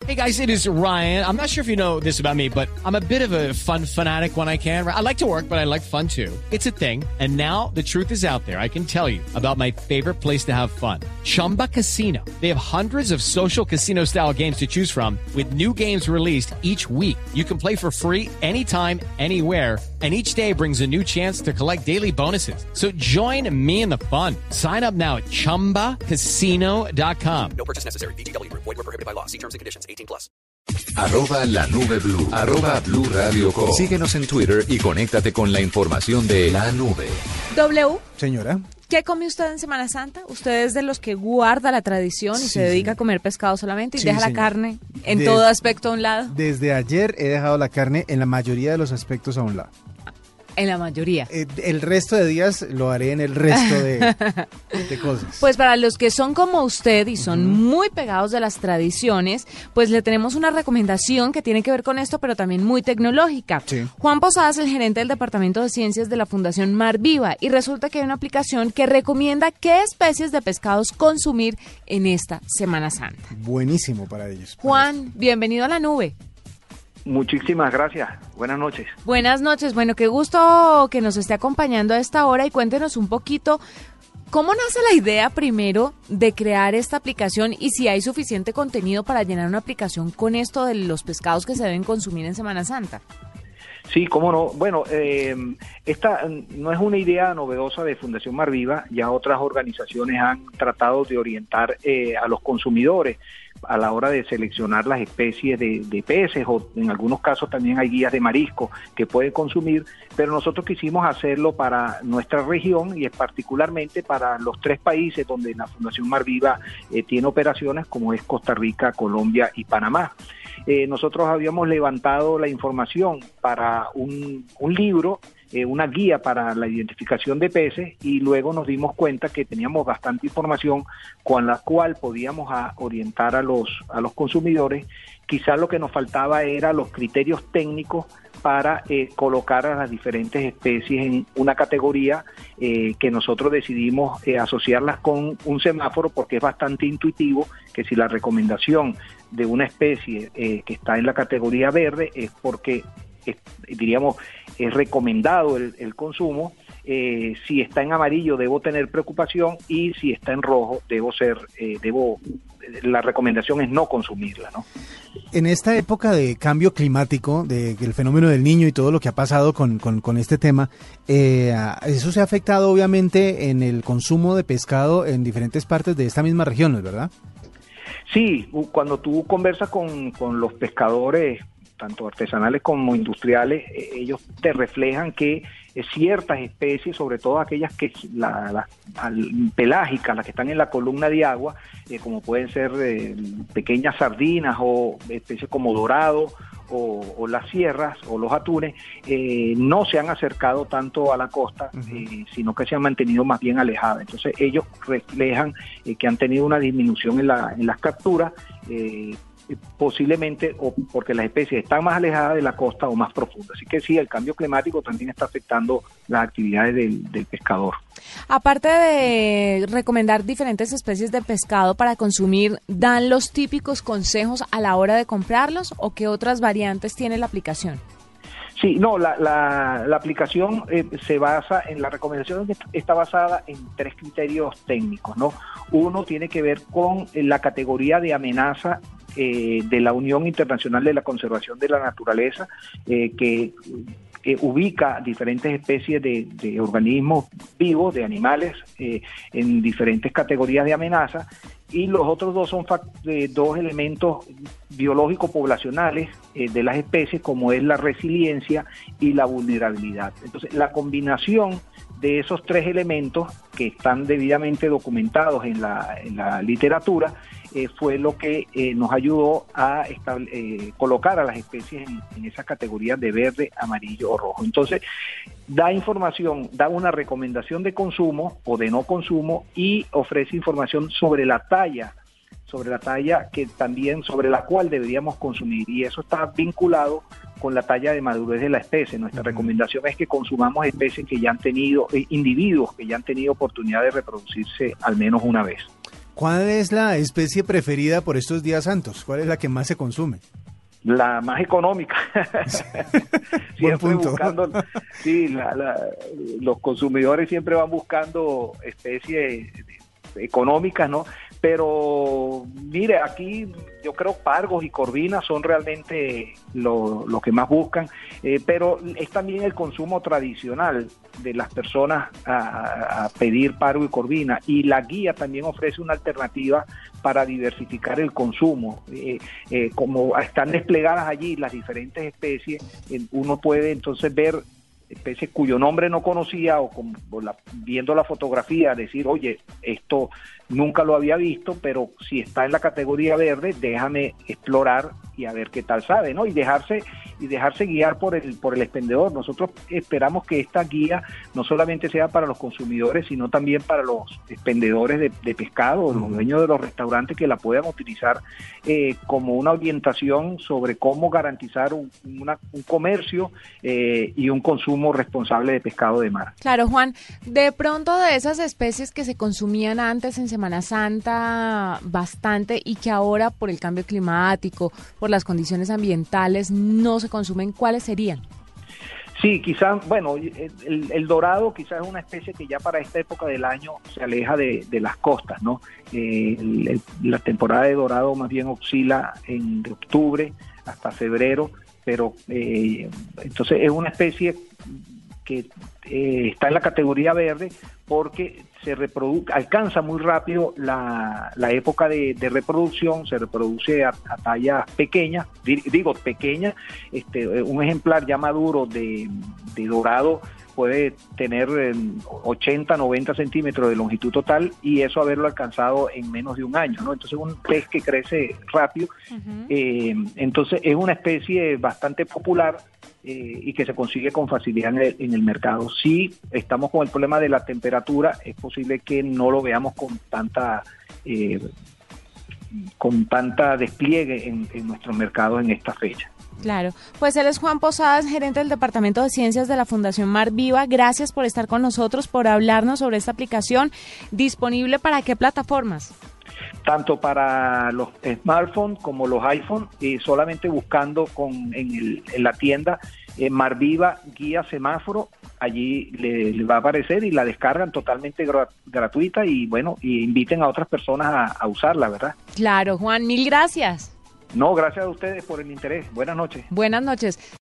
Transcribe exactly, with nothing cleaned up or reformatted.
Hey guys, it is Ryan. I'm not sure if you know this about me, but I'm a bit of a fun fanatic when I can. I like to work, but I like fun too. It's a thing. And now the truth is out there. I can tell you about my favorite place to have fun. Chumba Casino. They have hundreds of social casino style games to choose from with new games released each week. You can play for free anytime, anywhere. And each day brings a new chance to collect daily bonuses. So join me in the fun. Sign up now at chumba casino dot com. No purchase necessary. V G W. Void where prohibited by law. See terms and conditions. eighteen plus. Arroba la nube blue. Arroba Blue Radio Co. Síguenos en Twitter y conéctate con la información de la nube. W. Señora. ¿Qué come usted en Semana Santa? ¿Usted es de los que guarda la tradición y Sí, se dedica señor. a comer pescado solamente y Sí, deja la señor. carne en De- todo aspecto a un lado? Desde ayer he dejado la carne en la mayoría de los aspectos a un lado. En la mayoría. Eh, el resto de días lo haré en el resto de, de cosas. Pues para los que son como usted y son muy pegados de las tradiciones, pues le tenemos una recomendación que tiene que ver con esto, pero también muy tecnológica. Sí. Juan Posadas es el gerente del Departamento de Ciencias de la Fundación Mar Viva y resulta que hay una aplicación que recomienda qué especies de pescados consumir en esta Semana Santa. Buenísimo para ellos. Juan, bienvenido a la nube. Muchísimas gracias. Buenas noches. Buenas noches. Bueno, qué gusto que nos esté acompañando a esta hora y cuéntenos un poquito cómo nace la idea primero de crear esta aplicación y si hay suficiente contenido para llenar una aplicación con esto de los pescados que se deben consumir en Semana Santa. Sí, cómo no. Bueno, eh, esta no es una idea novedosa de Fundación Mar Viva. Ya otras organizaciones han tratado de orientar eh, a los consumidores a la hora de seleccionar las especies de, de peces, o en algunos casos también hay guías de marisco que pueden consumir, pero nosotros quisimos hacerlo para nuestra región y es particularmente para los tres países donde la Fundación Mar Viva eh, tiene operaciones, como es Costa Rica, Colombia y Panamá. Eh, nosotros habíamos levantado la información para un, un libro, eh, una guía para la identificación de peces, y luego nos dimos cuenta que teníamos bastante información con la cual podíamos a, orientar a los, a los consumidores. Quizás lo que nos faltaba era los criterios técnicos para eh, colocar a las diferentes especies en una categoría eh, que nosotros decidimos eh, asociarlas con un semáforo, porque es bastante intuitivo que si la recomendación de una especie eh, que está en la categoría verde es porque, es, diríamos, es recomendado el, el consumo. Eh, si está en amarillo debo tener preocupación, y si está en rojo debo ser, eh, debo, la recomendación es no consumirla, ¿no? En esta época de cambio climático, de el fenómeno del Niño y todo lo que ha pasado con, con, con este tema, eh, eso se ha afectado obviamente en el consumo de pescado en diferentes partes de esta misma región, ¿no es verdad? Sí, cuando tú conversas con, con los pescadores, tanto artesanales como industriales, eh, ellos te reflejan que eh, ciertas especies, sobre todo aquellas que la, la, al, pelágicas, las que están en la columna de agua, eh, como pueden ser eh, pequeñas sardinas o especies como dorado o, o las sierras o los atunes, eh, no se han acercado tanto a la costa, uh-huh. eh, sino que se han mantenido más bien alejadas. Entonces ellos reflejan eh, que han tenido una disminución en, la, en las capturas, eh, posiblemente o porque las especies están más alejadas de la costa o más profundas. Así que sí, el cambio climático también está afectando las actividades del, del pescador. Aparte de recomendar diferentes especies de pescado para consumir, ¿dan los típicos consejos a la hora de comprarlos o qué otras variantes tiene la aplicación? Sí, no, la, la, la aplicación eh, se basa en la recomendación, que está basada en tres criterios técnicos, ¿no? Uno tiene que ver con la categoría de amenaza eh, de la Unión Internacional de la Conservación de la Naturaleza, eh, que eh, ubica diferentes especies de, de organismos vivos, de animales, eh, en diferentes categorías de amenaza. Y los otros dos son eh, dos elementos biológicos poblacionales eh, de las especies, como es la resiliencia y la vulnerabilidad. Entonces, la combinación de esos tres elementos, que están debidamente documentados en la, en la literatura, eh, fue lo que eh, nos ayudó a estable, eh, colocar a las especies en, en esas categorías de verde, amarillo o rojo. Entonces, da información, da una recomendación de consumo o de no consumo, y ofrece información sobre la talla, sobre la talla que también sobre la cual deberíamos consumir, y eso está vinculado con la talla de madurez de la especie. Nuestra uh-huh. recomendación es que consumamos especies que ya han tenido, eh, individuos que ya han tenido oportunidad de reproducirse al menos una vez. ¿Cuál es la especie preferida por estos días santos? ¿Cuál es la que más se consume? La más económica. Siempre punto. buscando, sí, la, la, los consumidores siempre van buscando especies económicas, ¿no? Pero mire, aquí yo creo pargos y corvinas son realmente lo, lo que más buscan, eh, pero es también el consumo tradicional de las personas a, a pedir pargo y corvina, y la guía también ofrece una alternativa para diversificar el consumo. Eh, eh, como están desplegadas allí las diferentes especies, eh, uno puede entonces ver especies cuyo nombre no conocía o, con, o la, viendo la fotografía decir, oye, esto nunca lo había visto, pero si está en la categoría verde, déjame explorar y a ver qué tal sabe, ¿no? Y dejarse y dejarse guiar por el por el expendedor. Nosotros esperamos que esta guía no solamente sea para los consumidores, sino también para los expendedores de, de pescado, los dueños de los restaurantes, que la puedan utilizar eh, como una orientación sobre cómo garantizar un, una, un comercio eh, y un consumo responsable de pescado de mar. Claro, Juan, de pronto de esas especies que se consumían antes en Semana Santa bastante y que ahora por el cambio climático, por las condiciones ambientales, no se consumen, ¿cuáles serían? Sí, quizás, bueno, el, el dorado quizás es una especie que ya para esta época del año se aleja de, de las costas, ¿no? Eh, el, el, la temporada de dorado más bien oscila en de octubre hasta febrero, pero eh, entonces es una especie que eh, está en la categoría verde porque se reproduce, alcanza muy rápido la, la época de, de reproducción, se reproduce a, a tallas pequeñas, digo pequeñas, este, un ejemplar ya maduro de, de dorado puede tener ochenta, noventa centímetros de longitud total y eso haberlo alcanzado en menos de un año, ¿no? Entonces es un pez que crece rápido, uh-huh. eh, entonces es una especie bastante popular eh, y que se consigue con facilidad en el, en el mercado. Si estamos con el problema de la temperatura, es posible que no lo veamos con tanta eh, con tanta despliegue en, en nuestros mercados en esta fecha. Claro, pues él es Juan Posadas, gerente del Departamento de Ciencias de la Fundación Mar Viva. Gracias por estar con nosotros, por hablarnos sobre esta aplicación. ¿Disponible para qué plataformas? Tanto para los smartphones como los iPhone, eh, solamente buscando con en, el, en la tienda eh, Mar Viva Guía Semáforo, allí le, le va a aparecer y la descargan totalmente gra- gratuita y bueno, y inviten a otras personas a, a usarla, ¿verdad? Claro, Juan, mil gracias. No, gracias a ustedes por el interés. Buenas noches. Buenas noches.